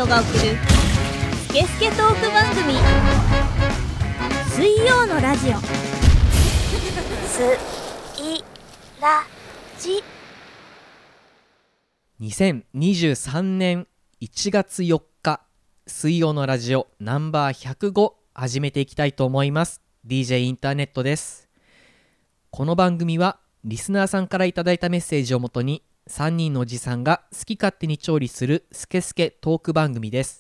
トが送るスケスケトーク番組、水曜のラジオ。すいらじ 2023年1月4日水曜のラジオナンバー105始めていきたいと思います。 DJ インターネットです。この番組はリスナーさんからいただいたメッセージをもとに3人のおじさんが好き勝手に調理するスケスケトーク番組です。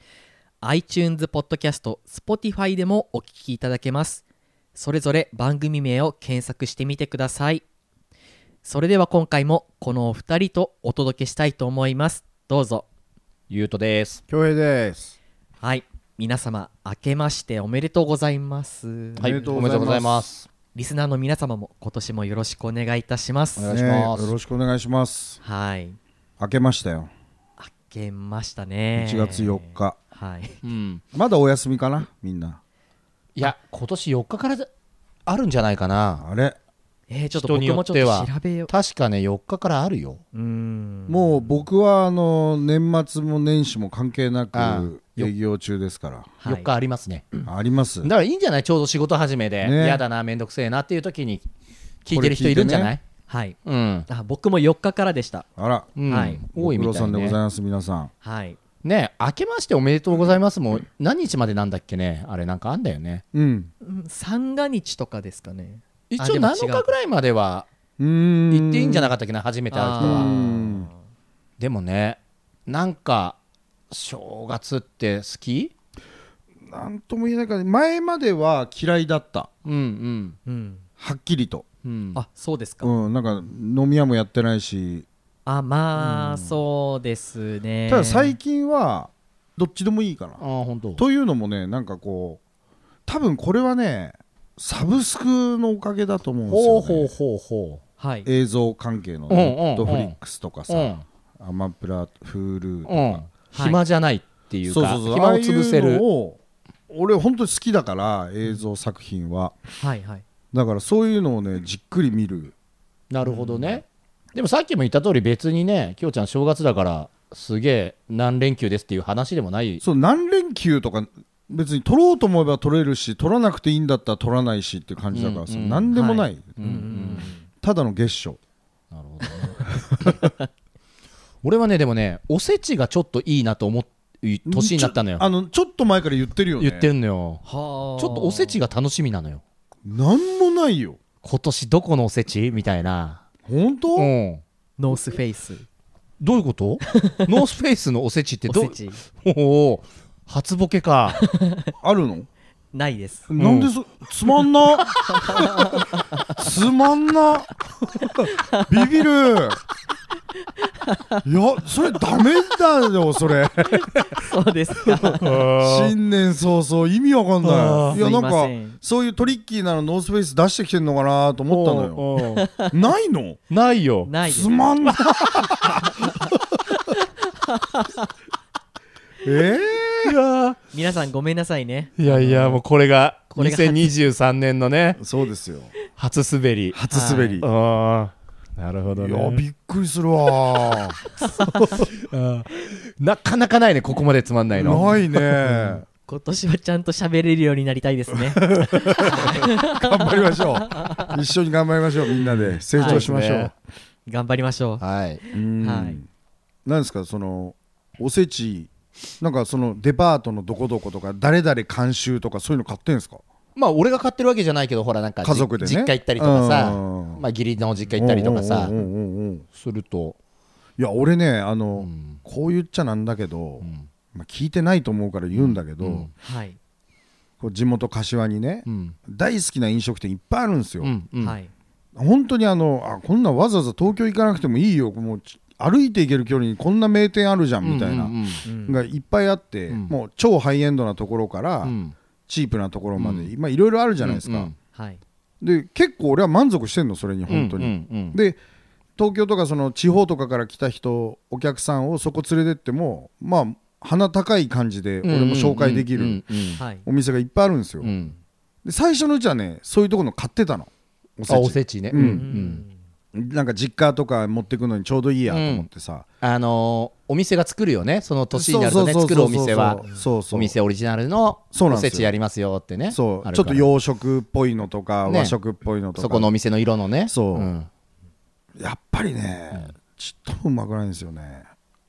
iTunes ポッドキャスト、Spotify でもお聞きいただけます。それぞれ番組名を検索してみてください。それでは今回もこのお二人とお届けしたいと思います。どうぞ。 ゆうとです。 恭平です。 はい、皆様明けましておめでとうございます。 はい、おめでとうございます。 リスナーの皆様も今年もよろしくお願いいたします。 お願いします。 よろしくお願いします。 はい、 明けましたよ。 明けましたね。 1月4日。 はい、 まだお休みかなみんな。 いや、今年4日からあるんじゃないかな。 あれ、 ちょっと僕もちょっと調べよう。 確かね、4日からあるよ。 もう僕は年末も年始も関係なく営業中ですから。 はい、 4日ありますね。 あります。 だからいいんじゃない？ちょうど仕事始めで嫌だな、めんどくせえなっていう時に聞いてる人いるんじゃない？ はい、 うん僕も4日からでした。 あら、 はい、 多いみたいね。 ご苦労さんでございます。皆さん。 はい、 ね、明けましておめでとうございますも何日までなんだっけね。あれなんかあんだよね。 三が日とかですかね。 一応7日ぐらいまでは言っていいんじゃなかったっけな、初めて会う人は。でもね、なんか正月って好き？ なんとも言えないから、前までは嫌いだった。はっきりと。 あ、そうですか。 なんか飲み屋もやってないし。 そうですね。 ただ最近はどっちでもいいかな。 本当。 というのもね、なんかこう多分これはね、サブスクのおかげだと思うんですよね。 はい、 映像関係のネットフリックスとかさ、アマプラ、フールとか、 暇じゃないっていうか、 そう暇を潰せる。 俺本当に好きだから、映像作品は。 はいはい。 だからそういうのをね、じっくり見る。 なるほどね。でもさっきも言った通り、別にね、きょうちゃん正月だからすげえ何連休ですっていう話でもない。 そう、何連休とか別に取ろうと思えば取れるし、取らなくていいんだったら取らないしっていう感じだからさ、何でもない、ただの月初。 なるほどね。俺はね、でもね、おせちがちょっといいなと思う年になったのよ。 ちょっと前から言ってるよね。 言ってんのよ。ちょっとおせちが楽しみなのよ。 なんもないよ今年。どこのおせちみたいな。 本当？ ノースフェイス。 どういうこと？ノースフェイスのおせちっておせち。 初ボケか。 あるの？ ないです。 なんでつまんなつまんなビビる。いや、それダメだよ、それ。 そうですか。 新年早々意味わかんない。いや、なんかそういうトリッキーなのノースフェイス出してきてんのかなと思ったのよ。ないの？ ないよ。 ないです。 つまんないや皆さんごめんなさいね。 いやいや、もうこれが2023年のね、 そうですよ、 初滑り。 初滑り。 なるほどね。 いや、びっくりするわ。 なかなかないね、ここまでつまんないの。 ないね。 今年はちゃんと喋れるようになりたいですね。 頑張りましょう。一緒に頑張りましょう。みんなで成長しましょう。 頑張りましょう。 はい。 なんですか、そのおせち、なんかそのデパートのどこどことか誰々監修とかそういうの買ってんすか？ まあ俺が買ってるわけじゃないけど、ほらなんか家族でね、 実家行ったりとかさ、まあ義理の実家行ったりとかさすると、 いや俺ね、こう言っちゃなんだけど、聞いてないと思うから言うんだけど、こう地元柏にね、大好きな飲食店いっぱいあるんですよ。本当にこんなわざわざ東京行かなくてもいいよ、もう歩いて行ける距離にこんな名店あるじゃんみたいながいっぱいあって、もう超ハイエンドなところからチープなところまで今いろいろあるじゃないですか。で結構俺は満足してんの、それに本当に。で東京とかその地方とかから来た人、お客さんをそこ連れてっても、まあ鼻高い感じで俺も紹介できるお店がいっぱいあるんですよ。で最初のうちはね、そういうところの買ってたの、 おせちね。 なんか実家とか持ってくのにちょうどいいやと思ってさ、 お店が作るよね、その年になるとね、作るお店はお店オリジナルのおせちやりますよってね。 そうちょっと洋食っぽいのとか和食っぽいのとか、 そこのお店の色のね。 そう、やっぱりねちっともうまくないんですよね。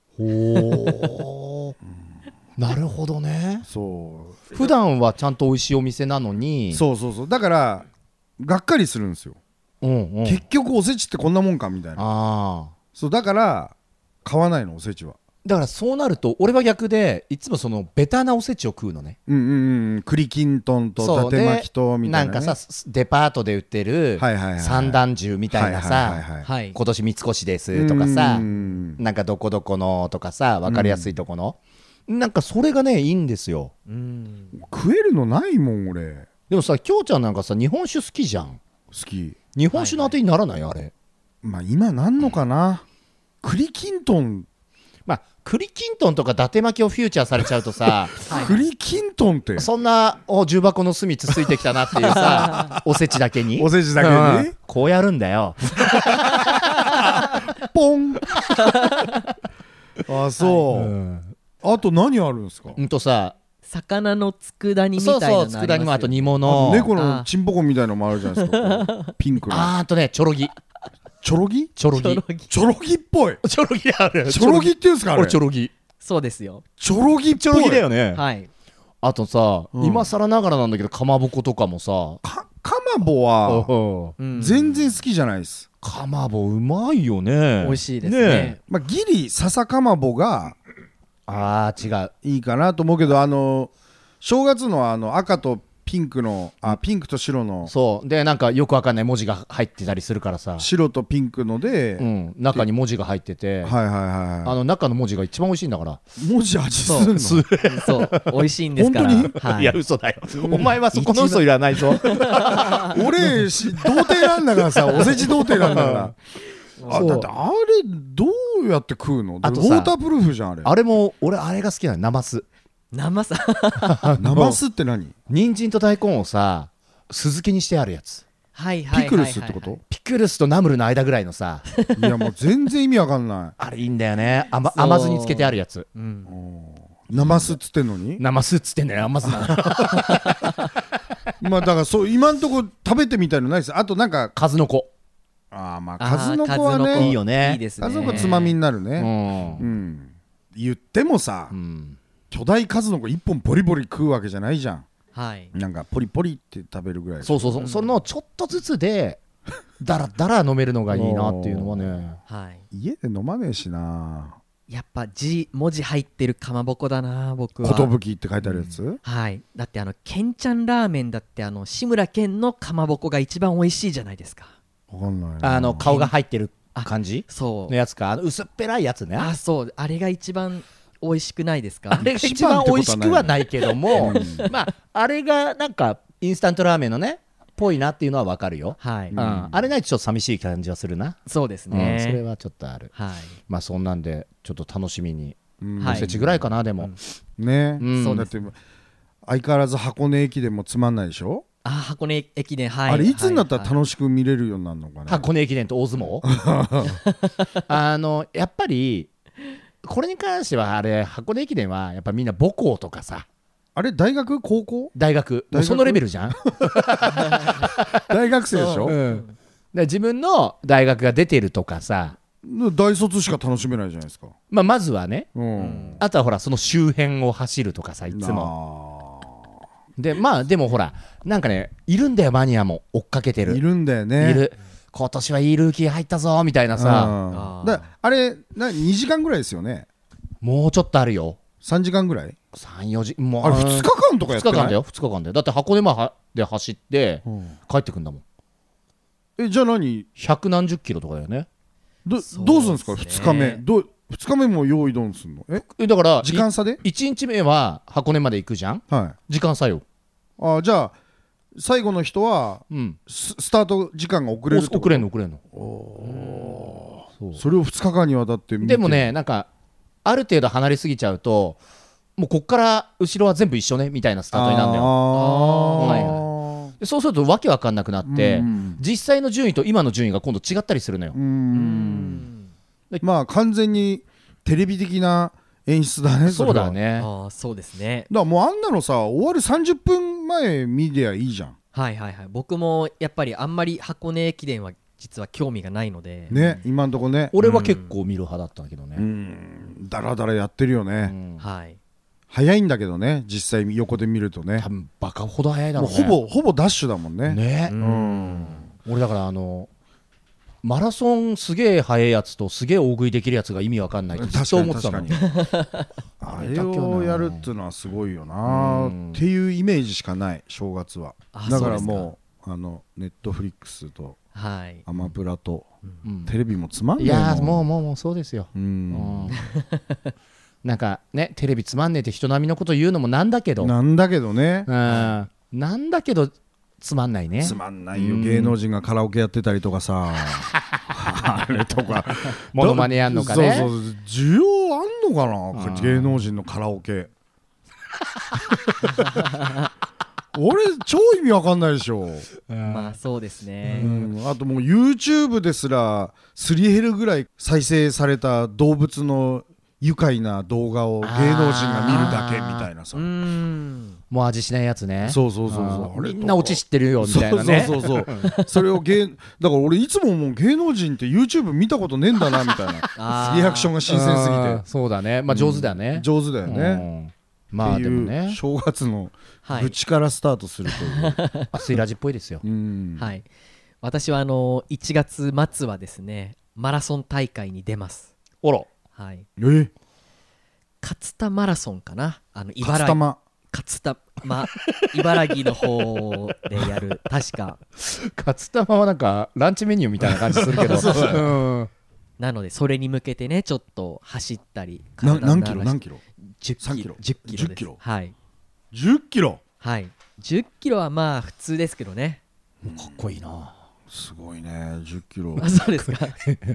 おなるほどね。 そう普段はちゃんと美味しいお店なのに、 そうだからがっかりするんですよ。結局おせちってこんなもんかみたいな。そうだから買わないの、おせちは。 だからそうなると俺は逆でいつもそのベタなおせちを食うのね。 栗きんとんと伊達巻きとみたいな、ね、 なんかさデパートで売ってる三段重みたいなさ、今年三越ですとかさ、なんかどこどこのとかさ、分かりやすいとこの、なんかそれがねいいんですよ。 食えるのないもん俺。 でもさ、きょうちゃんなんかさ日本酒好きじゃん。 好き。 日本酒のあてにならない、あれ。 まあ今なんのかな、栗きんとん。 まあ栗きんとんとか伊達巻きをフューチャーされちゃうとさ栗きんとんってそんな重箱の隅つついてきたなっていうさおせちだけにおせちだけに、 こうやるんだよポンあ、そう、あと何あるんですか。 さ、 魚の佃煮みたいなのありますよ。 そうそう、佃煮もあと煮物、 猫のチンポコみたいのもあるじゃないですかピンクの。 あとね、チョロギチョロギチョロギチョロギっぽい。 チョロギある。 チョロギって言うんですかあれ。 チョロギ。 そうですよ。 チョロギっぽい。 チョロギだよね。 はい。 あとさ、今更ながらなんだけどかまぼことかもさ、 かまぼは全然好きじゃないです。 かまぼうまいよね。 美味しいですね。 まあギリ笹かまぼが違ういいかなと思うけど、正月の赤とピンクのピンクと白の、 そうでなんかよくわかんない文字が入ってたりするからさ、 白とピンクので、 中に文字が入ってて、中の文字が一番美味しいんだから。 文字味すんの。 そう美味しいんですから。 本当に、いや嘘だよ、お前はそこの嘘いらないぞ俺童貞なんだからさ、おせち童貞なんだからだってあれどうやって食うの。ウォータープルーフじゃんあれ。 あれも俺あれが好きなの、なますなますって何？ 人参と大根をさ酢漬けにしてあるやつ。 ピクルスってこと？ ピクルスとナムルの間ぐらいのさいやもう全然意味わかんないあれいいんだよね。甘酢につけてあるやつ。 なますっつってんのに？ なますっつってんだよ、甘酢なまあだからそう今んとこ食べてみたいのないです。あとなんか数の子。 まあ数の子はねいいよね。 いいですね。 数の子つまみになるね。言ってもさ、巨大数の子一本ポリポリ食うわけじゃないじゃん。なんかポリポリって食べるぐらい。 そうそのちょっとずつでだらだら飲めるのがいいなっていうのはね。 家で飲まねえしな。 やっぱ文字入ってるかまぼこだな僕は。 寿って書いてあるやつ。 だってけんちゃんラーメンだって志村けんのかまぼこが一番美味しいじゃないですか。 わかんないな。 顔が入ってる感じそうのやつか。薄っぺらいやつね。 そうあれが一番美味しくないですか。 あれが一番美味しくはないけどもまああれがなんかインスタントラーメンのねぽいなっていうのはわかるよ。あれないとちょっと寂しい感じはするな。 そうですね、 それはちょっとある。まあそんなんでちょっと楽しみにおせちぐらいかな。でもね、そうだって相変わらず箱根駅伝もつまんないでしょ。 箱根駅伝、 あれいつになったら楽しく見れるようになるのかね。 箱根駅伝と大相撲やっぱりこれに関してはあれ箱根駅伝はやっぱみんな母校とかさ、 あれ大学高校大学もうそのレベルじゃん大学生でしょ、 で自分の大学が出てるとかさ、 大卒しか楽しめないじゃないですか。 まずはね、あとはほらその周辺を走るとかさ、いつもででもほらなんかねいるんだよ、マニアも追っかけてる。 いるんだよね。 いる。今年はいいルーキー入ったぞみたいなさ。 あれ2時間ぐらいですよね。 もうちょっとあるよ。 3時間ぐらい ?3、4時もうあれ2日間とかやってない？ 2日間だよ、2日間だよ。だって箱根まで走って帰ってくんだもん。 じゃあ何 100何十キロとかだよね。 どうするんですか2日目。2日目も用意どんすんの？ だから時間差で 1日目は箱根まで行くじゃん。時間差よ。 じゃあ最後の人はスタート時間が遅れるってこと？ 遅れんの。 それを2日間にわたって見て。 でもね、なんかある程度離れすぎちゃうともうこっから後ろは全部一緒ねみたいなスタートになるんだよ。 そうするとわけわかんなくなって、実際の順位と今の順位が今度違ったりするのよ。 まあ完全にテレビ的な演出だね。 そうだね。 そうですね。 だからもうあんなのさ、終わる30分前見りゃいいじゃん。 はいはいはい。僕もやっぱりあんまり箱根駅伝は実は興味がないのでね、今んとこね。 俺は結構見る派だったんだけどね。 だらだらやってるよね。 はい。 早いんだけどね、実際横で見るとね。 多分バカほど早いだろうね。 ほぼダッシュだもんね。 ね。俺だからマラソンすげえ速いやつとすげえ大食いできるやつが意味わかんないってずっと思ってたの。 あれをやるっていうのはすごいよなっていうイメージしかない、正月は。だからもうネットフリックスとアマプラとテレビもつまんないもん。 いやもうそうですよ。なんかね、テレビつまんねえって人並みのこと言うのもなんだけどね、なんだけどつまんないね。 つまんないよ。芸能人がカラオケやってたりとかさあれとかモノマネやんのかね。 そう需要あんのかな、芸能人のカラオケ俺超意味わかんないでしょ。 まあそうですね。 あともう YouTube ですらすり減るぐらい再生された動物の愉快な動画を芸能人が見るだけみたいなさ、 もう味しないやつね。 そうみんなオチ知ってるよみたいなね。 そうそれをだから俺いつももう芸能人って YouTube 見たことねえんだなみたいなリアクションが新鮮すぎて。 そうだね。まあ上手だよね。 上手だよね。まあでもね、正月の愚痴からスタートするというスイラジっぽいですよ。 はい。私は1月末はですね、マラソン大会に出ます。 あら。 はい。 勝田マラソンかな。 勝田茨城の方でやる確か。 勝田はなんかランチメニューみたいな感じするけど。 なのでそれに向けてね、ちょっと走ったり。 何キロ ？10キロ。10キロ。はい。 10キロ。 はい。10キロはまあ普通ですけどね。 かっこいいな。 すごいね、10キロ。 そうですか。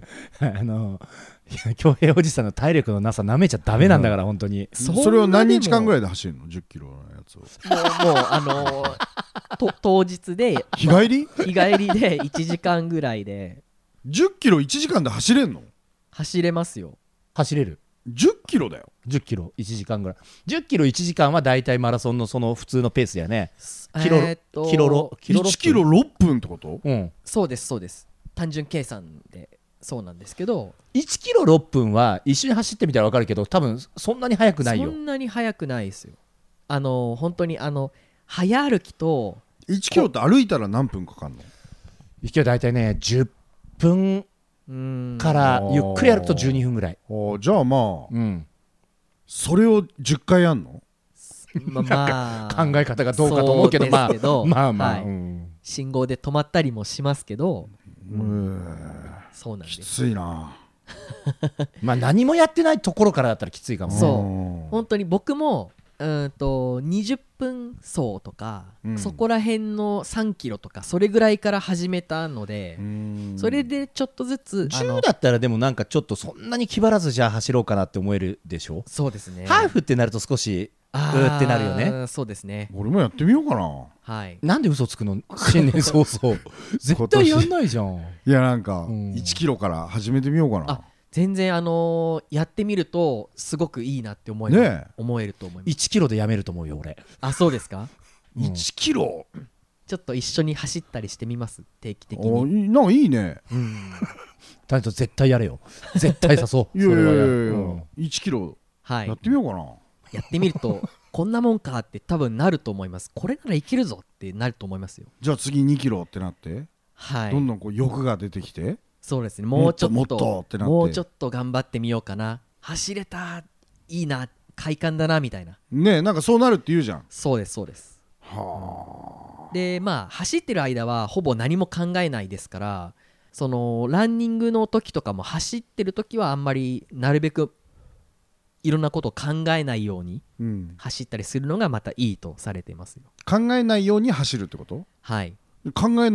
恭平おじさんの体力のなさなめちゃダメなんだから、本当に。 それを何日間ぐらいで走るの？10キロのやつを。 もう当日で日帰りで1時間ぐらいで。 10キロ1時間で走れんの？ 走れますよ。 走れる。 10キロだよ。 10キロ1時間ぐらい。10キロ1時間はだいたいマラソンのその普通のペースだよね。 1キロ6分ってこと？ そうです。単純計算でそうなんですけど、 1キロ6分は一緒に走ってみたら分かるけど、多分そんなに速くないよ。 そんなに速くないですよ。本当に早歩きと。 1キロって歩いたら何分かかるの ？1キロだいたいね10分からゆっくり歩くと12分ぐらい。 じゃあまあ、それを10回やんの？ まあ考え方がどうかと思うけど、まあ、 信号で止まったりもしますけど、そうなんです。 きついな。 まあ何もやってないところからだったらきついかも。 そう本当に僕も20分走とか、そこら辺の3キロとかそれぐらいから始めたので、それでちょっとずつ 10だったらでもなんかちょっとそんなに気張らずじゃあ走ろうかなって思えるでしょ。 そうですね。 ハーフってなると少しってなるよね。 そうですね。 俺もやってみようかな。 はい。 なんで嘘つくの？新年早々絶対やんないじゃん。 いやなんか1キロから始めてみようかな。 全然やってみるとすごくいいなって思えると思います。 1キロでやめると思うよ俺。 そうですか ？1キロちょっと一緒に走ったりしてみます？定期的に。 なんかいいね。 タイト絶対やれよ。絶対誘そう。 いや1キロやってみようかな。 やってみるとこんなもんかって多分なると思います。これならいけるぞってなると思いますよ。 じゃあ次2キロってなって、どんどんこう欲が出てきて、 そうですね、もうちょっと頑張ってみようかな、走れた、いいな、快感だなみたいなね。なんかそうなるって言うじゃん。 そうです。でまあ走ってる間はほぼ何も考えないですから、そのランニングの時とかも走ってる時はあんまりなるべくいろんなことを考えないように走ったりするのがまたいいとされていますよ。 考えないように走るってこと？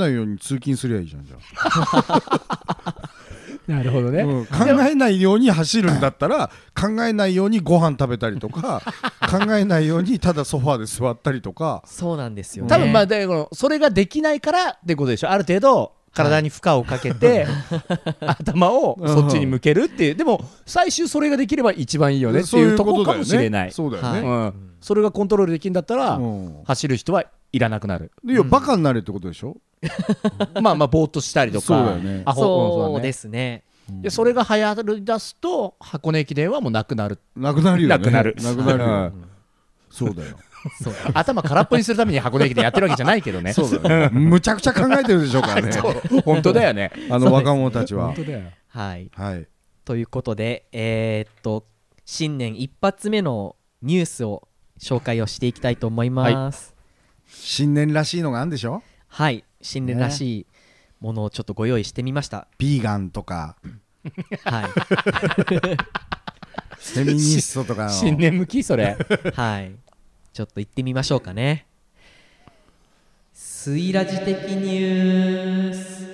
はい。 考えないように通勤すりゃいいじゃん。じゃあなるほどね、 考えないように走るんだったら考えないようにご飯食べたりとか考えないようにただソファーで座ったりとか。 そうなんですよね。 多分まあそれができないからってことでしょ。ある程度体に負荷をかけて、頭をそっちに向けるっていう。でも最終それができれば一番いいよねっていうところかもしれない。 そうだよね。 それがコントロールできるんだったら走る人はいらなくなる。 いやバカになれってことでしょ。 まあぼーっとしたりとか。 そうだよね。 そうですね。 でそれが流行り出すと箱根駅伝はもうなくなるよね。 なくなるそうだよ。 頭空っぽにするために箱根駅伝やってるわけじゃないけどね。 そうだよ。むちゃくちゃ考えてるでしょうからね。 本当だよね。 若者たちは。 本当だよ。 はい。ということで新年一発目のニュースを紹介をしていきたいと思います。 新年らしいのがあるんでしょ。 はい、新年らしいものをちょっとご用意してみました。 ビーガンとかはいフェミニストとかの新年向きそれはいちょっと行ってみましょうかね。スイラジ的ニュース。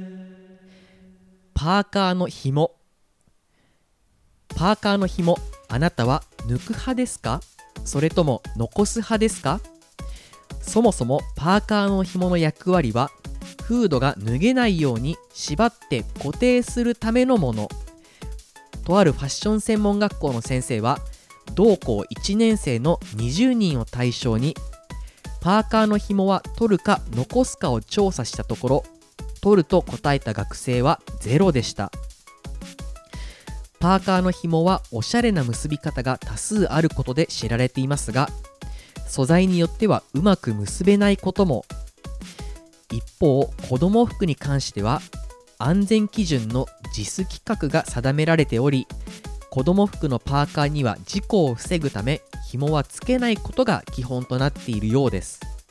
パーカーの紐。パーカーの紐、あなたは抜く派ですか、それとも残す派ですか。そもそもパーカーの紐の役割はフードが脱げないように縛って固定するためのもの。とあるファッション専門学校の先生は同校1年生の20人を対象にパーカーの紐は取るか残すかを調査したところ、取ると答えた学生は0でした。パーカーの紐はおしゃれな結び方が多数あることで知られていますが、素材によってはうまく結べないことも。一方、子供服に関しては安全基準のJIS規格が定められており、子供服のパーカーには事故を防ぐため紐はつけないことが基本となっているようです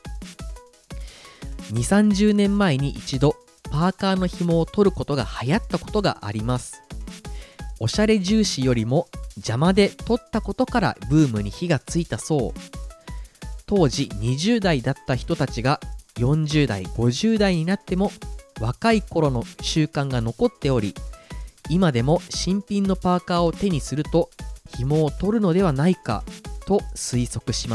。2、30年前に一度パーカーの紐を取ることが流行ったことがあります。おしゃれ重視よりも邪魔で取ったことからブームに火がついたそう。当時20代だった人たちが40代50代になっても若い頃の習慣が残っており、今でも新品のパーカーを手にすると紐を取るのではないかと推測します。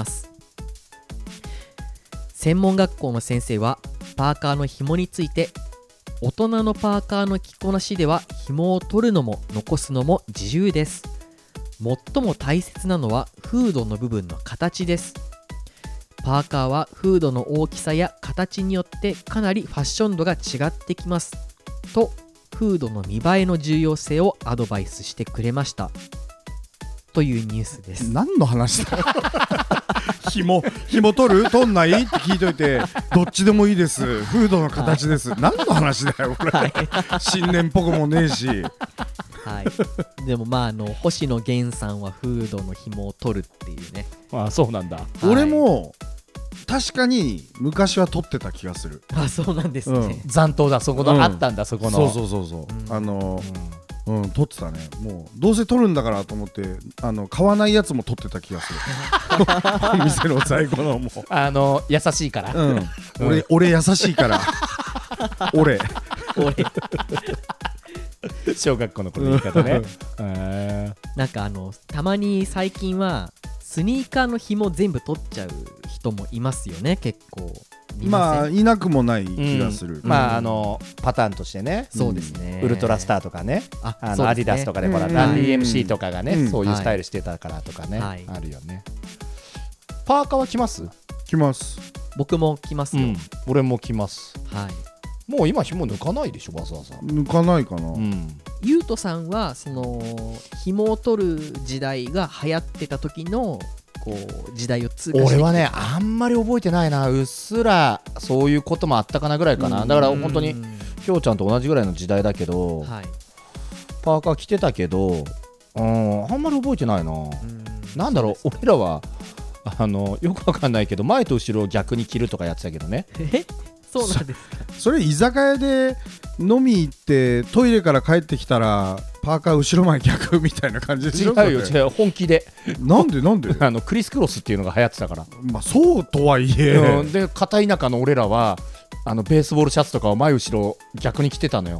専門学校の先生はパーカーの紐について、大人のパーカーの着こなしでは紐を取るのも残すのも自由です。最も大切なのはフードの部分の形です。パーカーはフードの大きさや形によってかなりファッション度が違ってきますと、フードの見栄えの重要性をアドバイスしてくれましたというニュースです。 何の話だ紐取る取んないって聞いといて、どっちでもいいです、フードの形です、何の話だよこれ、新年っぽくもねえしはい、でも星野源さんはフードの紐を取るっていうね。 あ、そうなんだ。 俺も確かに昔は取ってた気がする。 あ、そうなんですね。 残党だ、そこのあったんだ、そこの。 そう取ってたね。もうどうせ取るんだからと思って買わないやつも取ってた気がするお店の在庫のも優しいから、 俺優しいから俺小学校の頃の言い方ねなんかたまに最近はスニーカーの紐全部取っちゃう人もいますよね。結構まあいなくもない気がする、 まあパターンとしてね。 そうですね、 ウルトラスターとかね、アディダスとかでほら、ランディ MC とかがね、そういうスタイルしてたからとかね、あるよね。パーカーは着ます？ 着ます。 僕も着ますよ。 俺も着ます。 はい。 もう今紐抜かないでしょ、わざわざ。 抜かないかな。 ゆうとさんはその紐を取る時代が流行ってた時のこう時代を通過してきて。 俺はね、あんまり覚えてないな。うっすらそういうこともあったかなぐらいかな。だから本当にきょうちゃんと同じぐらいの時代だけど、パーカー着てたけど、あんまり覚えてないな。なんだろう、俺らはよくわかんないけど前と後ろを逆に着るとかやってたけどね。 そうなんですか。 それ居酒屋で飲み行ってトイレから帰ってきたらパーカー後ろ前逆みたいな感じでしょ。 違うよ、違う、本気で。 なんでクリスクロスっていうのが流行ってたから。 まあそうとはいえ、 で片田舎の俺らはベースボールシャツとかを前後ろ逆に着てたのよ。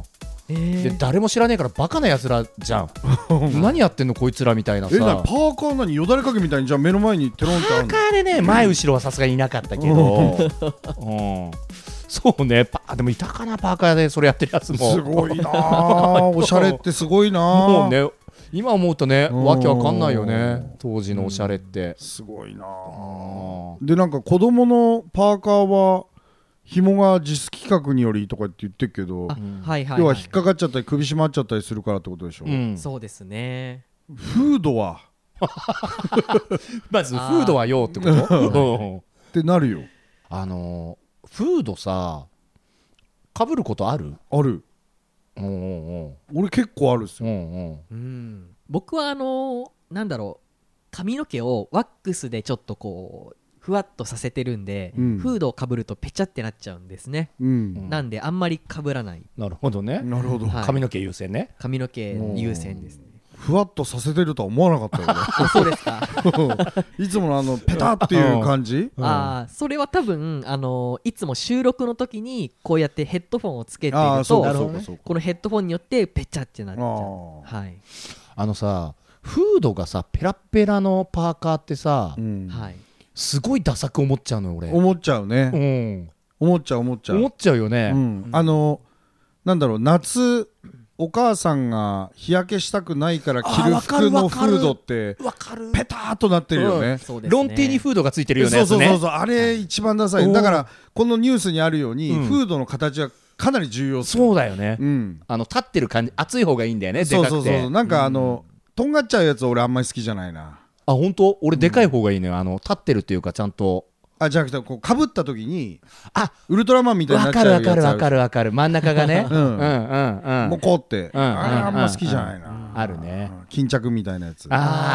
で誰も知らねえからバカなやつらじゃん何やってんのこいつらみたいなさ。 パーカー何よだれかけみたいにじゃあ目の前にテロンってあるの。 パーカーでね前後ろはさすがにいなかったけどそうねでもいたかなパーカーでそれやってるやつも。 すごいなおしゃれってすごいなもうね今思うとねわけわかんないよね当時のおしゃれって、 すごいなでなんか子供のパーカーは紐が実規格によりとかって言ってるけど、要は引っかかっちゃったり首締まっちゃったりするからってことでしょ。 そうですね。 フードはまずフードはよってことってなるよ。 フードさかぶることある？ ある。俺結構あるっすよ。 僕はなんだろう髪の毛をワックスでちょっとこうふわっとさせてるんで、フードをかぶるとペチャってなっちゃうんですね、なんであんまりかぶらない。 なるほどね。 なるほど、 髪の毛優先ね。 髪の毛優先ですね。 ふわっとさせてるとは思わなかったよねそうですかいつものペタっていう感じそれは多分いつも収録の時にこうやってヘッドフォンをつけているとこのヘッドフォンによってペチャってなっちゃう。 さフードがさペラペラのパーカーってさ、すごいダサく思っちゃうのよ俺。 思っちゃうね、思っちゃうよね、 なんだろう夏お母さんが日焼けしたくないから着る服のフードってペターっとなってるよね、 ロンティーにフードがついてるよね。 そうあれ一番ダサい。だからこのニュースにあるように、フードの形はかなり重要。 そうだよね、立ってる感じ厚い方がいいんだよね。でかくてそうなんかとんがっちゃうやつ俺あんまり好きじゃないな。 本当？俺でかい方がいいのよ。立ってるっていうかちゃんとじゃなくてこうかぶった時にウルトラマンみたいになっちゃうやつ。 わかる真ん中がねもうこうってあんま好きじゃないな。 あるね巾着みたいなやつ。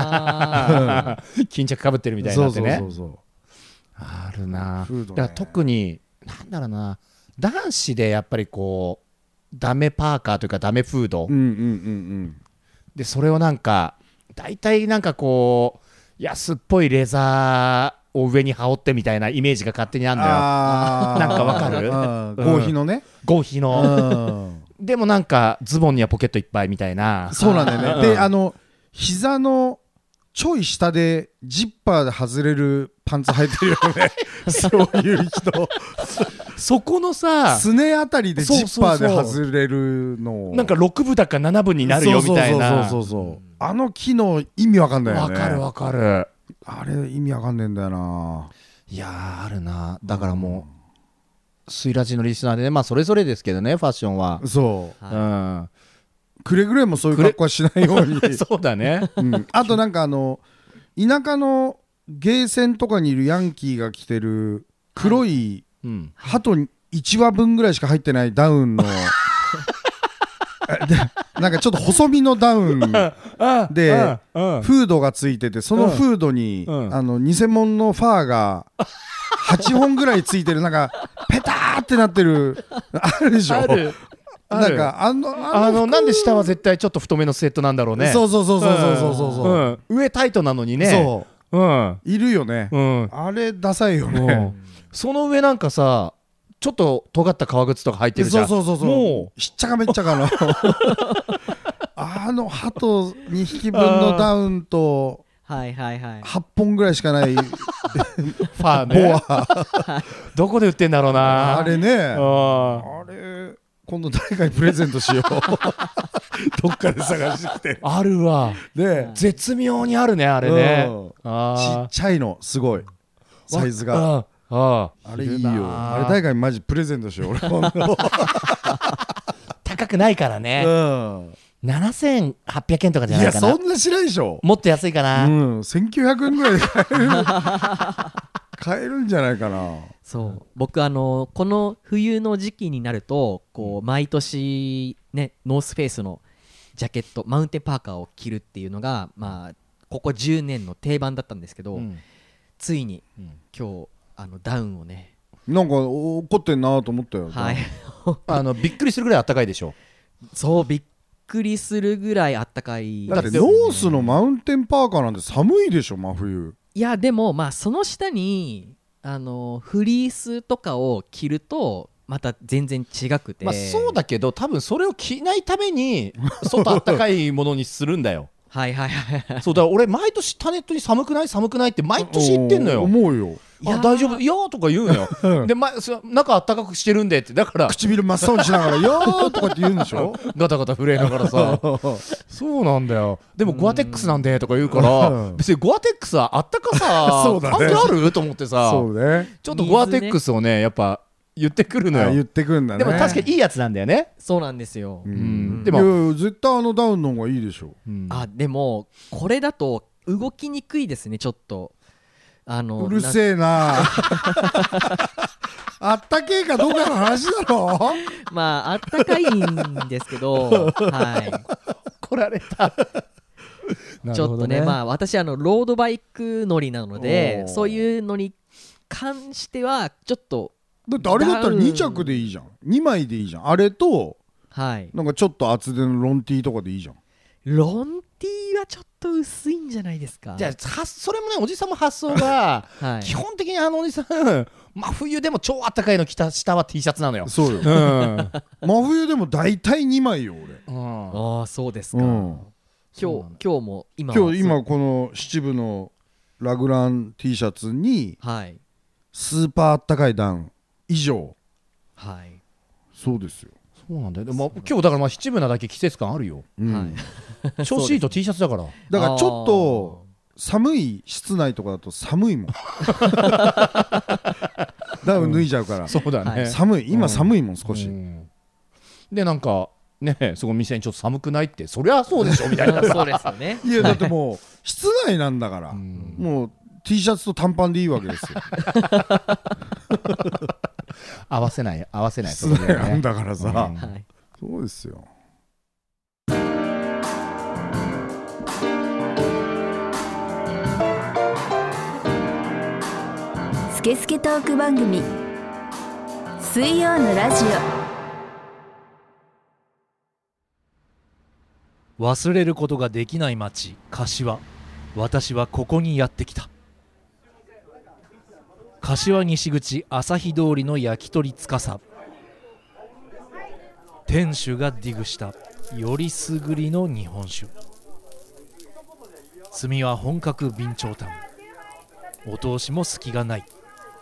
巾着かぶってるみたいになってね。 そうあるな。だから特になんだろうな男子でやっぱりこうダメパーカーというかダメフードでそれをなんか大体なんかこう安っぽいレザーを上に羽織ってみたいなイメージが勝手にあるんだよ。なんかわかる？ 合皮のね。 合皮の。でもなんかズボンにはポケットいっぱいみたいな。 そうなんだよね。で膝のちょい下でジッパーで外れるパンツ履いてるよねそういう人そこのさすねあたりでジッパーで外れるのなんか6分だか7分になるよみたいな。 あの機能意味わかんないよね。 わかるあれ意味わかんねえんだよな。 いやあるな。だからもうスイラジのリスナーでねそれぞれですけどねファッションはくれぐれもそういう格好はしないようにそうだね、 あとなんか田舎のゲーセンとかにいるヤンキーが着てる黒い鳩1羽分ぐらいしか入ってないダウンのなんかちょっと細身のダウンでフードがついててそのフードに偽物のファーが8本ぐらいついてるなんかペターってなってるあるでしょ。なんかなんで下は絶対ちょっと太めのスウェットなんだろうね。 そう上タイトなのにね。 そういるよね。あれダサいよね。 その上なんかさちょっと尖った革靴とか履いてるじゃん。 もうしっちゃかめっちゃかの鳩2匹分のダウンと8本ぐらいしかないファーねボアどこで売ってんだろうなあれね。あれ今度誰かにプレゼントしようどっかで探してきて。 あるわね。 絶妙にあるねあれね。 ちっちゃいのすごいサイズがあれいいよ。あれ誰かにマジプレゼントしよう俺高くないからね。7800円とかじゃないかな。 いやそんなしないでしょ。 もっと安いかな。 1900円ぐらいで買えるんじゃないかな。 そう僕この冬の時期になるとこう毎年ねノースフェイスのジャケットマウンテンパーカーを着るっていうのがここ10年の定番だったんですけど、ついに今日ダウンをねなんか怒ってんなと思ったよ。 びっくりするぐらいあったかいでしょ。 そうびっくりするぐらいあったかい。 だってノースのマウンテンパーカーなんて寒いでしょ真冬。 いやでもその下にフリースとかを着るとまた全然違くて、 そうだけど多分それを着ないために外あったかいものにするんだよはいはいはい。 そうだから俺毎年タネットに寒くないって毎年言ってんのよ。 思うよ。 大丈夫いやーとか言うのよで、中あったかくしてるんでってだから唇真っ青にしながらよーとかって言うんでしょガタガタ震えながらさそうなんだよ。でもゴアテックスなんでとか言うから別にゴアテックスはあったかさそうだね、 関係あると思ってさそうね、 ちょっとゴアテックスをねやっぱ言ってくるのよ。 言ってくるんだね。 でも確かにいいやつなんだよね。 そうなんですよ。 でも絶対あのダウンの方がいいでしょ。 でもこれだと動きにくいですねちょっと。 うるせえなあったけえかどうかの話だろまああったかいんですけどはい来られたちょっとねまあ私ロードバイク乗りなのでそういうのに関してはちょっとだってあれだったら2着でいいじゃん2枚でいいじゃんあれとなんかちょっと厚手のロンティーとかでいいじゃん。 ロンティーはちょっと薄いんじゃないですか。 じゃあそれもねおじさんも発想が、基本的におじさん真冬でも超あったかいの着た下は T シャツなのよ。 そうよ、真冬でも大体2枚よ俺。 ああそうですか、今日も今この七分のラグラン T シャツに、スーパーあったかいダウン以上。そうですよ。 そうなんだよ。でも今日だから七分なだけ季節感あるよ。調子いいと T シャツだから。 だからちょっと寒い室内とかだと寒いもんダウン脱いじゃうから。 そうだね。 寒い今寒いもん少し。 でなんかねそこ店にちょっと寒くないってそりゃそうでしょみたいな。 そうですよね。 いやだってもう室内なんだからもう T シャツと短パンでいいわけですよ。 合わせない室内なんだからさ。そうですよ。 スケスケトーク番組水曜のラジオ。忘れることができない町柏。私はここにやってきた。柏西口朝日通りの焼き鳥司。店主がディグしたよりすぐりの日本酒。炭は本格備長炭。お通しも隙がない。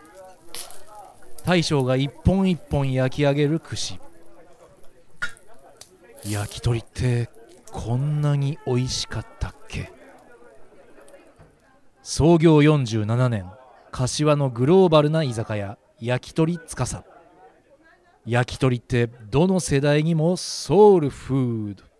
大将が一本一本焼き上げる串。焼き鳥ってこんなに美味しかったっけ。創業47年柏のグローバルな居酒屋焼き鳥司。焼き鳥ってどの世代にもソウルフード。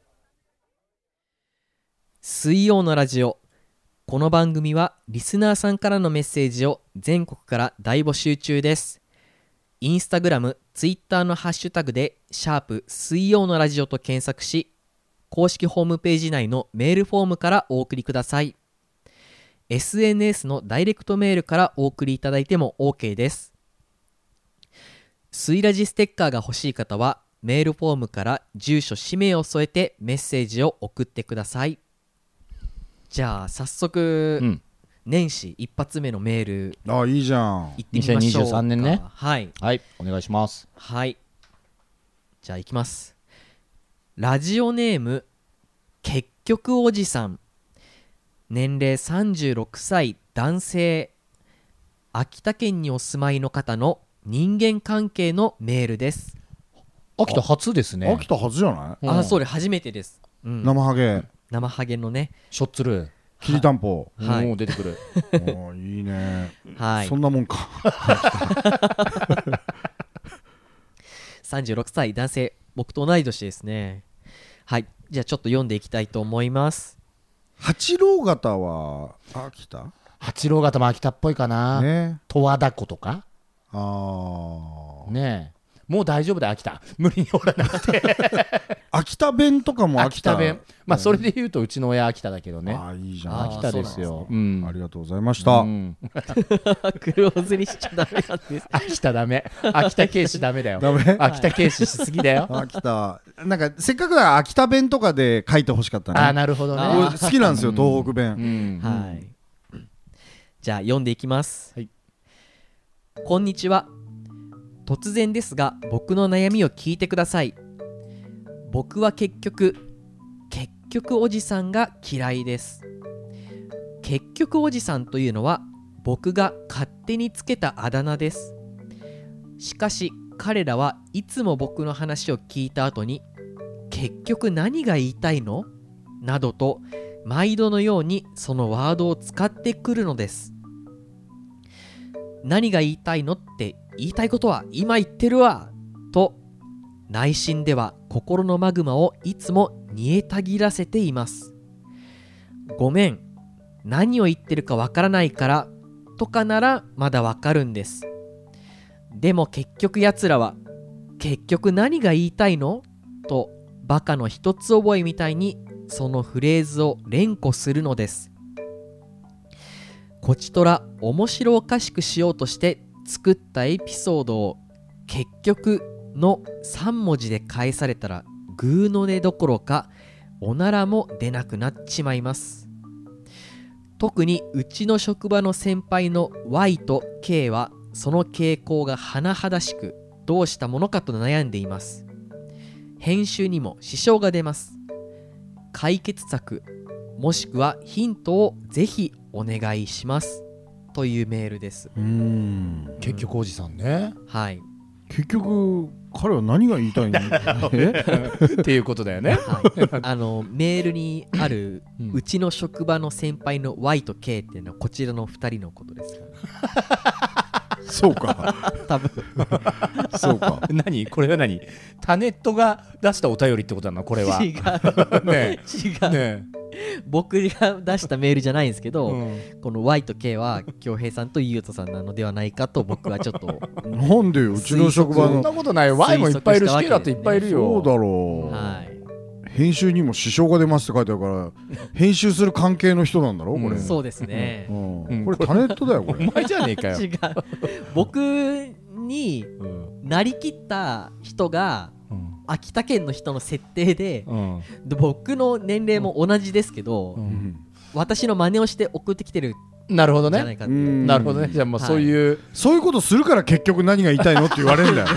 水曜のラジオ。この番組はリスナーさんからのメッセージを全国から大募集中です。インスタグラム、ツイッターのハッシュタグでシャープ水曜のラジオと検索し、公式ホームページ内のメールフォームからお送りください。SNS のダイレクトメールからお送りいただいても OK です。水ラジステッカーが欲しい方はメールフォームから住所氏名を添えてメッセージを送ってください。じゃあ早速、年始一発目のメールいいじゃん。 行ってみましょうか。 2023年ね。 はい、 お願いします。 じゃあ行きます。ラジオネーム結局おじさん。年齢36歳男性。秋田県にお住まいの方の人間関係のメールです。 秋田初ですね。 秋田初じゃない？ そうです、初めてです。 生ハゲのねしょっつるきりたんぽもう出てくる。 いいね。 そんなもんか。 36歳男性、僕と同い年ですね。じゃあちょっと読んでいきたいと思います。 八郎潟は秋田？ 八郎潟も秋田っぽいかな。十和田湖とか。ねえ。もう大丈夫だよ秋田。無理におらなくて。 秋田弁とかも秋田弁。 それで言うとうちの親秋田だけどね。 いいじゃん。 秋田ですよ。 ありがとうございました。 クローズにしちゃダメなんです。 秋田ダメ。秋田軽視ダメだよ。 ダメ。 秋田軽視しすぎだよ。 秋田なんかせっかくだから秋田弁とかで書いてほしかったね。 なるほどね。 好きなんですよ東北弁。 じゃあ読んでいきます。こんにちは。 突然ですが僕の悩みを聞いてください。僕は結局おじさんが嫌いです。結局おじさんというのは僕が勝手につけたあだ名です。しかし彼らはいつも僕の話を聞いた後に結局何が言いたいのなどと毎度のようにそのワードを使ってくるのです。何が言いたいのって言いたいことは今言ってるわと内心では心のマグマをいつも煮えたぎらせています。ごめん、何を言ってるかわからないからとかならまだわかるんです。でも結局やつらは結局何が言いたいのとバカの一つ覚えみたいにそのフレーズを連呼するのです。こちとら面白おかしくしようとして作ったエピソードを結局の3文字で返されたらグーの音どころかおならも出なくなっちまいます。特にうちの職場の先輩の Y と K はその傾向が甚だしくどうしたものかと悩んでいます。編集にも支障が出ます。解決策もしくはヒントをぜひお願いしますというメールです。 結局おじさんね。 はい。 結局彼は何が言いたいのっていうことだよね、 はい、メールにある、うちの職場の先輩の Y と K っていうのはこちらの2人のことです。 そうか多分そうか何これは何タネットが出したお便りってことなのこれは。 違うね違う、ね、僕が出したメールじゃないんですけど、この Y と K は恭平さんとゆうとさんなのではないかと僕はちょっとなんでよ、うちの職場の。 そんなことないよ、 Y もいっぱいいるし K だっていっぱいいるよ。 そうだろう、 はい、 編集にも支障が出ますって書いてあるから編集する関係の人なんだろこれ、 そうですね、 これタネットだよこれ。 お前じゃねえかよ。 違う、僕になりきった人が秋田県の人の設定で、僕の年齢も同じですけど、私の真似をして送ってきてるなるほどね。 じゃないかって。 なるほどね。じゃあまあそういう、 そういうことするから結局何が言いたいのって言われるんだよ。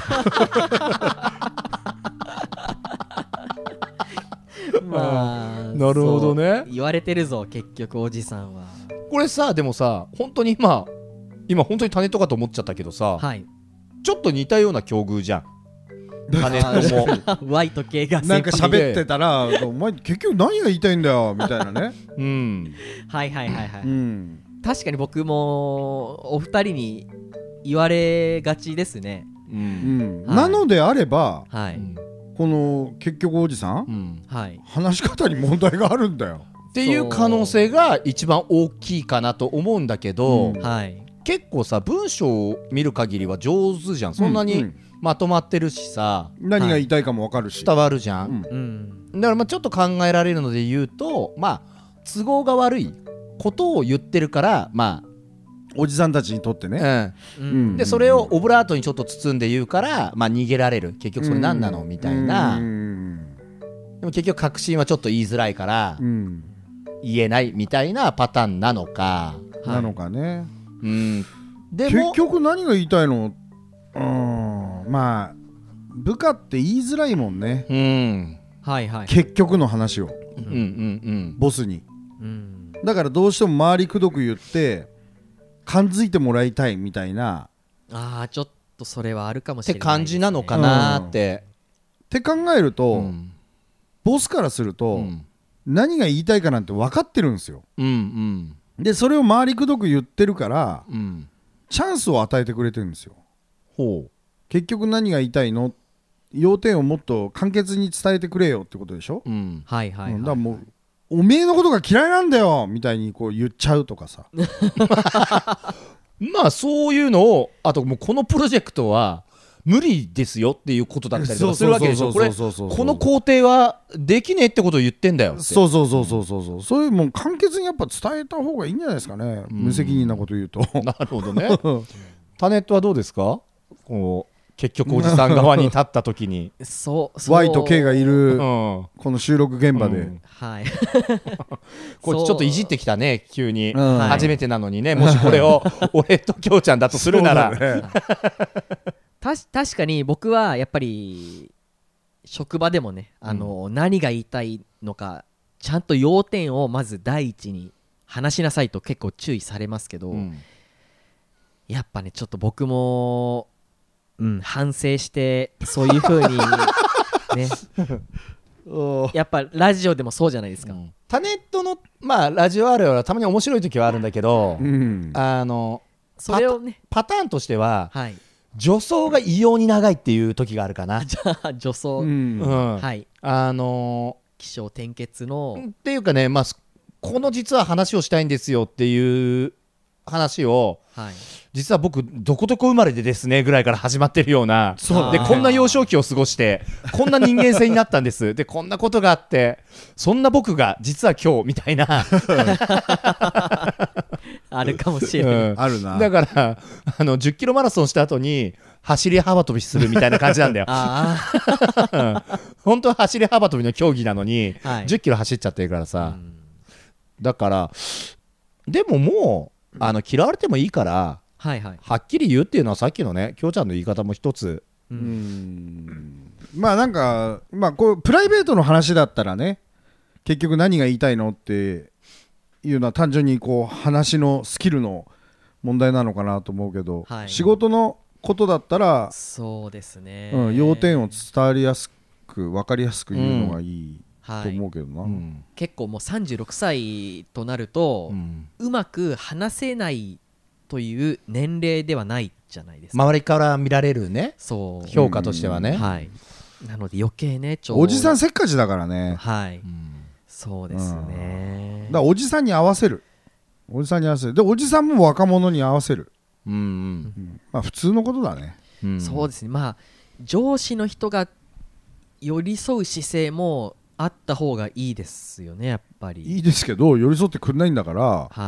まあなるほどね。 言われてるぞ結局おじさんは。 これさ、でもさ本当に今本当にタネットかと思っちゃったけどさ、 はい、 ちょっと似たような境遇じゃん。タネットも Y と K がなんか喋ってたらお前結局何が言いたいんだよみたいなね。 はいはいはいはい、確かに僕もお二人に言われがちですね、 なのであれば、 はい、 この結局おじさん、 はい、 話し方に問題があるんだよっていう可能性が一番大きいかなと思うんだけど、 はい、 結構さ文章を見る限りは上手じゃん。そんなにまとまってるしさ、 何が言いたいかも分かるし伝わるじゃん、だからまあちょっと考えられるので言うと、まあ都合が悪いことを言ってるから、まあおじさんたちにとってね、 でそれをオブラートにちょっと包んで言うから、まあ逃げられる、結局それ何なのみたいな。でも結局確信はちょっと言いづらいから、言えないみたいなパターンなのかね。 でも結局何が言いたいの、まあ部下って言いづらいもんね、 はいはい、 結局の話を、ボスに、だからどうしても周りくどく言って感づいてもらいたいみたいな、 ちょっとそれはあるかもしれない、 って感じなのかなって、 って考えると、ボスからすると、何が言いたいかなんて分かってるんですよ、でそれを周りくどく言ってるから、チャンスを与えてくれてるんですよ。結局何が言いたいの、要点をもっと簡潔に伝えてくれよってことでしょ、 はいはい、 だからもうおめえのことが嫌いなんだよみたいにこう言っちゃうとかさまあそういうのを、あともうこのプロジェクトは無理ですよっていうことだったりとかするわけでしょ。これこの工程はできねえってことを言ってんだよって。 そういうもう簡潔にやっぱ伝えた方がいいんじゃないですかね、無責任なこと言うと。 なるほどね。タネットはどうですか、こう結局おじさん側に立った時に Y と K がいるこの収録現場で、 これちょっといじってきたね急に、初めてなのにね。もしこれを俺ときょうちゃんだとするなら、 確確かに僕はやっぱり職場でもね、何が言いたいのかちゃんと要点をまず第一に話しなさいと結構注意されますけど、やっぱねちょっと僕も、反省してそういう風にねやっぱラジオでもそうじゃないですか、 タネットのラジオあるあるはたまに面白い時はあるんだけど、 それをねパターンとしては、助走が異様に長いっていう時があるかな。 じゃあ助走、はい、起承転結のっていうかね、この実は話をしたいんですよっていう話を、実は僕どこどこ生まれでですねぐらいから始まってるような、でこんな幼少期を過ごしてこんな人間性になったんですでこんなことがあってそんな僕が実は今日みたいなあるかもしれない、 あるな。 だから10キロマラソンした後に走り幅跳びするみたいな感じなんだよ本当は走り幅跳びの競技なのに、10キロ走っちゃってるからさ、だからでももう嫌われてもいいから、はっきり言うっていうのはさっきのねきょうちゃんの言い方も一つ、 なんかこうプライベートの話だったらね、結局何が言いたいのっていうのは単純にこう話のスキルの問題なのかなと思うけど、仕事のことだったらそうですね、 要点を伝わりやすく分かりやすく言うのがいい、と思うけどな、 結構もう36歳となると、うまく話せないという年齢ではないじゃないですか、 周りから見られるね、 そう評価としてはね、 なので余計ねおじさんせっかちだからね、 そうですね、 だからおじさんに合わせる、でおじさんも若者に合わせる、普通のことだね、 そうですね。上司の人が寄り添う姿勢もあった方がいいですよね、やっぱり。 いいですけど寄り添ってくれないんだから、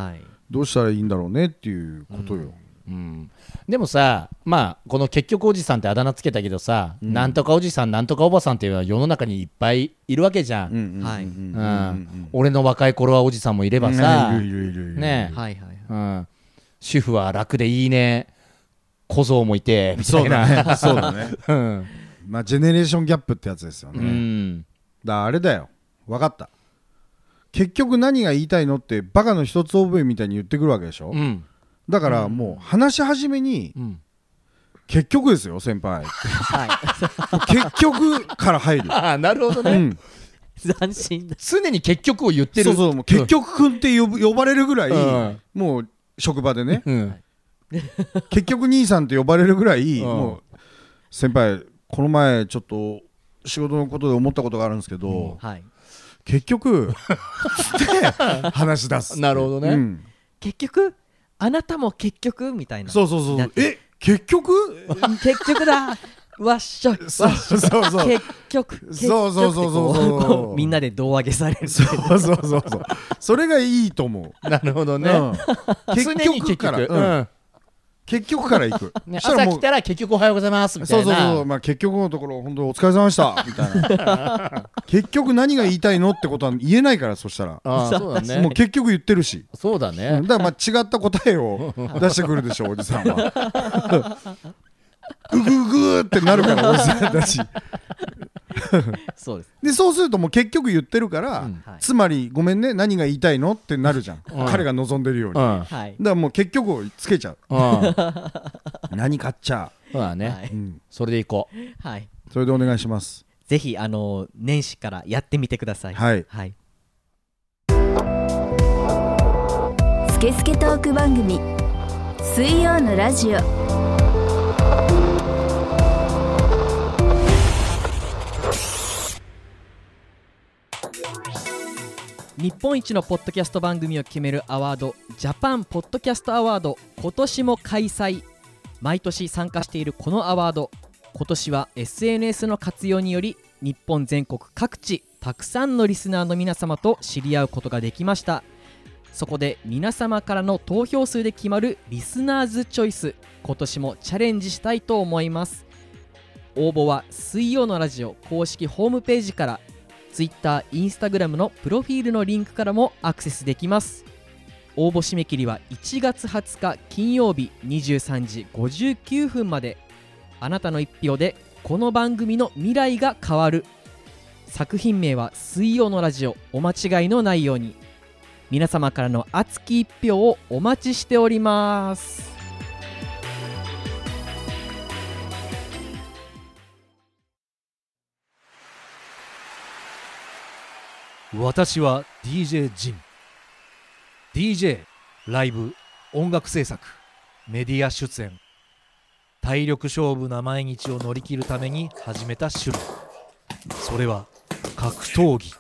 どうしたらいいんだろうねっていうことよ、 でもさ、この結局おじさんってあだ名つけたけどさ、なんとかおじさんなんとかおばさんっていうのは世の中にいっぱいいるわけじゃん。俺の若い頃はおじさんもいればさ、ね、主婦は楽でいいね、小僧もいてみたいな、 そうだねジェネレーションギャップってやつですよね。あれだよ、分かった。結局何が言いたいのってバカの一つ覚えみたいに言ってくるわけでしょ、だからもう話し始めに、結局ですよ先輩結局から入るなるほどね、 斬新だ。 常に結局を言ってる。 もう結局くんって呼ばれるぐらい、もう職場でね、結局兄さんって呼ばれるぐらい、もう先輩この前ちょっと仕事のことで思ったことがあるんですけど、結局って話し出す。 なるほどね、 結局あなたも結局みたいな。 そう結局結局だわっしょい結局そうみんなで胴上げされる。 そうそれがいいと思う。 なるほどね、 結局から結局から行く。 朝来たら結局おはようございますみたいな。 結局のところ本当お疲れ様でしたみたいな結局何が言いたいのってことは言えないから、そしたらそうだね、 もう結局言ってるし。 そうだね、 だから違った答えを出してくるでしょおじさんはうぐうぐってなるからおじさんたちそうです。 でそうするともう結局言ってるから、つまりごめんね何が言いたいのってなるじゃん、彼が望んでるように、だからもう結局をつけちゃう、何買っちゃう。そうだね、それでいこう。 それでお願いします。 ぜひ年始からやってみてください。 スケスケトーク番組水曜のラジオ。 日本一のポッドキャスト番組を決めるアワード、ジャパンポッドキャストアワード、今年も開催。毎年参加しているこのアワード、今年は SNS の活用により日本全国各地たくさんのリスナーの皆様と知り合うことができました。そこで皆様からの投票数で決まるリスナーズチョイス、今年もチャレンジしたいと思います。応募は水曜のラジオ公式ホームページから、Twitter、Instagram のプロフィールのリンクからもアクセスできます。応募締め切りは1月20日金曜日23時59分まで。 あなたの一票でこの番組の未来が変わる。作品名は水曜のラジオ、お間違いのないように。皆様からの熱き一票をお待ちしております。 私は DJ ジン。 DJ、 ライブ、音楽制作、メディア出演、体力勝負な毎日を乗り切るために始めた趣味、それは格闘技。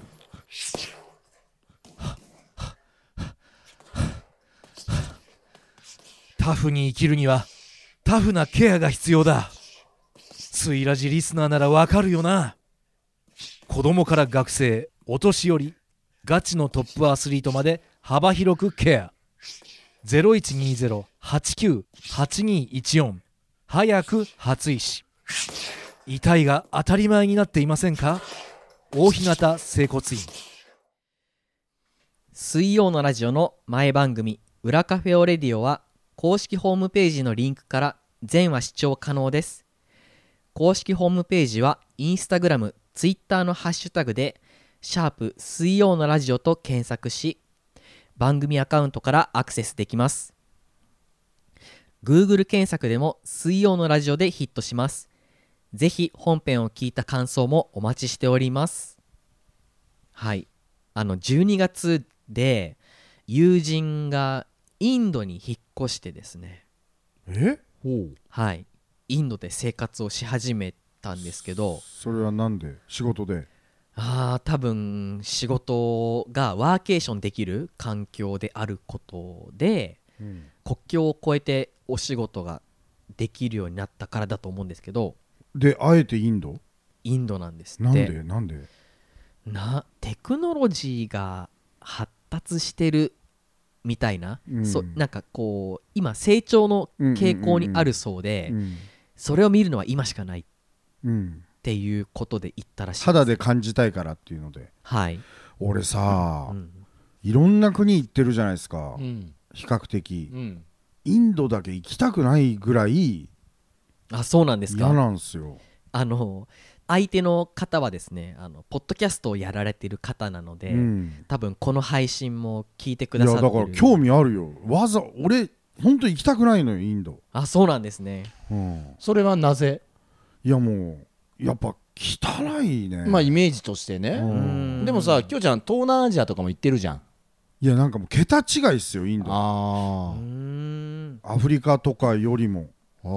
タフに生きるにはタフなケアが必要だ。スイラジリスナーならわかるよな。子供から学生、お年寄り、ガチのトップアスリートまで幅広くケア。0120-89-8214、早く初医師。痛いが当たり前になっていませんか？大日向整骨院。 水曜のラジオの前番組裏カフェオレディオは公式ホームページのリンクから全話視聴可能です。公式ホームページはインスタグラム、ツイッターのハッシュタグでシャープ水曜のラジオと検索し、番組アカウントからアクセスできます。 Google 検索でも水曜のラジオでヒットします。ぜひ本編を聞いた感想もお待ちしております。はい、12月で友人がインドに引っ越してですね、はい、インドで生活をし始めたんですけど。 それはなんで？仕事で？ 多分仕事がワーケーションできる環境であることで、国境を越えてお仕事ができるようになったからだと思うんですけど。 で、あえてインドなんですって。 なんでテクノロジーが発達してるみたいな、なんかこう今成長の傾向にあるそうで、それを見るのは今しかないっていうことで言ったらしいです。 肌で感じたいからっていうので。 はい。 俺さ、いろんな国行ってるじゃないですか、比較的、インドだけ行きたくないぐらい。 そうなんですか。 嫌なんですよ。 相手の方はですね、ポッドキャストをやられてる方なので、多分この配信も聞いてくださってる。 いやだから興味あるよ。俺本当行きたくないのよ、インド。 そうなんですね。 それはなぜ？ いやもうやっぱ汚いね。 まあイメージとしてね。でもさ、きょうちゃん東南アジアとかも行ってるじゃん。 いやなんかもう桁違いっすよ、インド。アフリカとかよりも。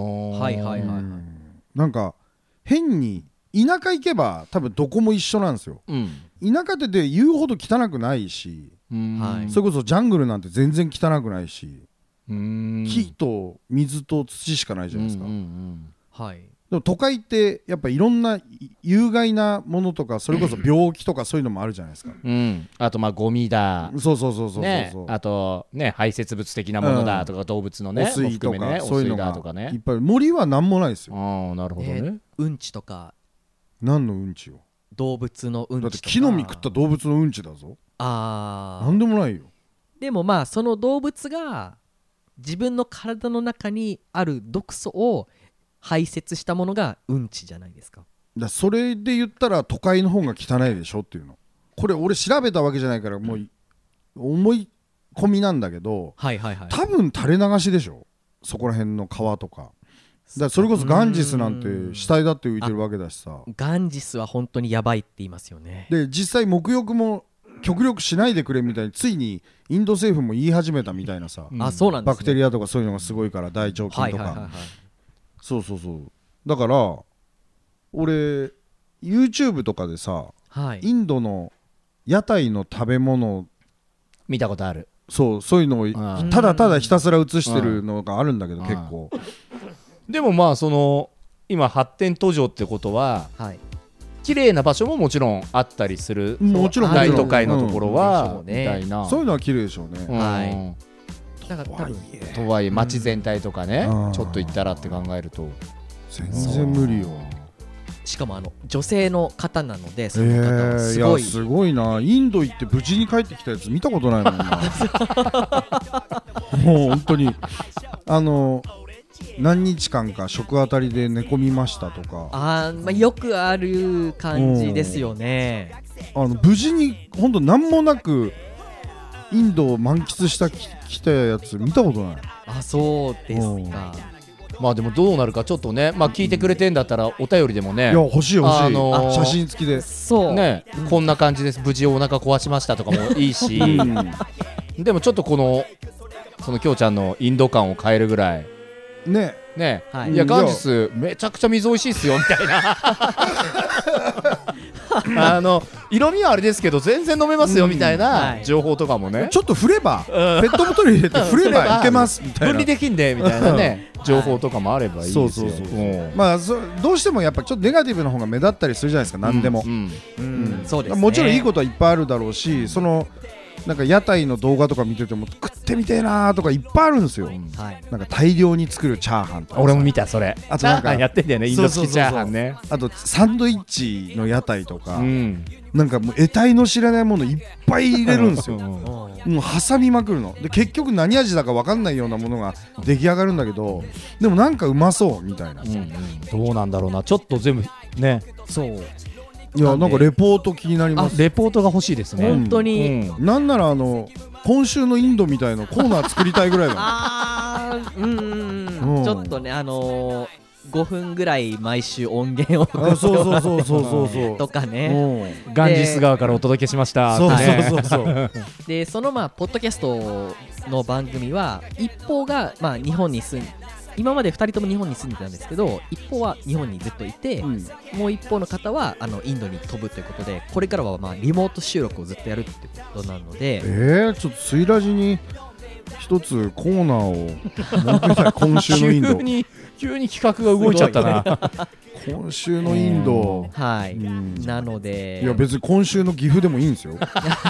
なんか変に田舎行けば多分どこも一緒なんですよ。田舎で言うほど汚くないし、それこそジャングルなんて全然汚くないし、木と水と土しかないじゃないですか。でも都会ってやっぱいろんな有害なものとか、それこそ病気とかそういうのもあるじゃないですか。 あとまあゴミだ、 そうあとね排泄物的なものだとか、動物のね、 汚水とかそういうのがいっぱい。森は何もないですよ。 なるほどね。 うんちとか。 何のうんちよ？ 動物のうんちとか。 だって木の実食った動物のうんちだぞ。なんでもないよ。 でもまあその動物が自分の体の中にある毒素を排泄したものがうんちじゃないですか。 それで言ったら都会の方が汚いでしょっていうの。これ俺調べたわけじゃないからもう思い込みなんだけど、多分垂れ流しでしょ、そこら辺の川とか。それこそガンジスなんて死体だって浮いてるわけだしさ。 ガンジスは本当にやばいって言いますよね。 で実際沐浴も極力しないでくれみたいについにインド政府も言い始めたみたいなさ。 そうなんですね。 バクテリアとかそういうのがすごいから、大腸菌とか。そうだから俺 YouTube とかでさ、インドの屋台の食べ物見たことある。 そういうのをただただひたすら映してるのがあるんだけど、結構。 でもまあその今発展途上ってことは、綺麗な場所ももちろんあったりする。 もちろん大都会のところはみたいな。 そういうのは綺麗でしょうね。 だから多分とはいえ街全体とかね、ちょっと行ったらって考えると全然無理よ。 しかも女性の方なので、その方はすごい、 いやすごいな。インド行って無事に帰ってきたやつ見たことないもんな。もう本当に何日間か食あたりで寝込みましたとか、 よくある感じですよね。 無事に本当何もなくインドを満喫した来たやつ見たことない。 そうですか。 まあでもどうなるかちょっとね、聞いてくれてんだったらお便りでもね、 いや欲しい写真付きでそうね、こんな感じです、無事お腹壊しましたとかもいいしでもちょっとそのきょうちゃんのインド感を変えるぐらいね、 はい、いやガンジスめちゃくちゃ水美味しいっすよみたいな色味はあれですけど全然飲めますよみたいな情報とかもね、 ちょっと振れば、ペットボトル入れて振ればいけますみたいな、 分離できんでみたいなね情報とかもあればいいですよ。 どうしてもやっぱちょっとネガティブな方が目立ったりするじゃないですか、何でも。 そうですね。 もちろんいいことはいっぱいあるだろうし、なんか屋台の動画とか見てても食ってみてえなとかいっぱいあるんですよ。なんか大量に作るチャーハンとか。 俺も見たそれ。 あとなんかやってんだよね、インド式チャーハンね。 あとサンドイッチの屋台とか、なんかもう得体の知らないものいっぱい入れるんですよ。もう挟みまくるので、結局何味だか分かんないようなものが出来上がるんだけど、でもなんかうまそうみたいな。 どうなんだろうな、ちょっと全部ね。 そう。 いやなんかレポート気になります。 レポートが欲しいですね。 本当に。 なんなら今週のインドみたいなコーナー作りたいぐらいだ。 ちょっとね5分ぐらい毎週音源をそうとかね、 ガンジス川からお届けしました。 そうでそのポッドキャストの番組は一方が日本に今まで2人とも日本に住んでたんですけど、一方は日本にずっといて、もう一方の方はインドに飛ぶということで、これからはリモート収録をずっとやるってことなので、 ちょっとスイラジに一つコーナーを設けたい。今週のインド急に企画が動いちゃったな今週のインド、 なのでいや別に今週の岐阜でもいいんですよ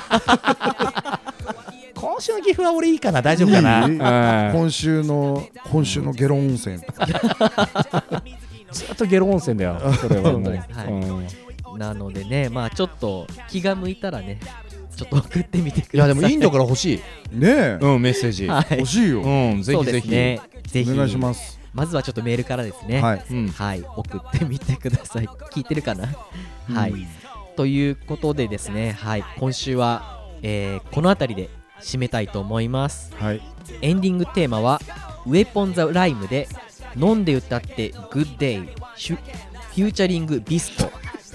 今週の岐阜は俺いいかな、大丈夫かな。 今週のゲロ温泉ずっとゲロ温泉だよそれはもう。なのでね、ちょっと気が向いたらね、ちょっと送ってみてください。 いやでもインドから欲しいね、 メッセージ欲しいよ。 ぜひぜひお願いします。 まずはちょっとメールからですね。送ってみてください。聞いてるかな。ということでですね、今週はこの辺りで締めたいと思います。エンディングテーマはウェポンザライムで飲んで歌ってグッデイフューチャリングビスコ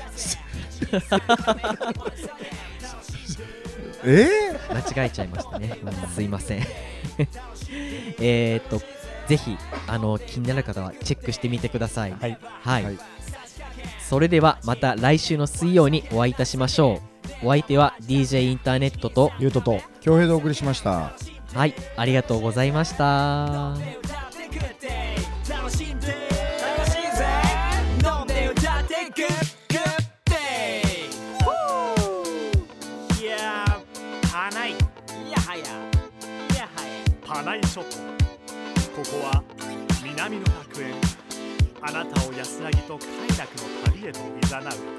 間違えちゃいましたね。すいませんぜひ気になる方はチェックしてみてください。それではまた来週の水曜にお会いいたしましょう。お相手は DJ インターネットとゆうとと恭平でお送りしました。 ありがとうございました。 パナイショット、ここは南の楽園、あなたを安らぎと快楽の旅へと誘う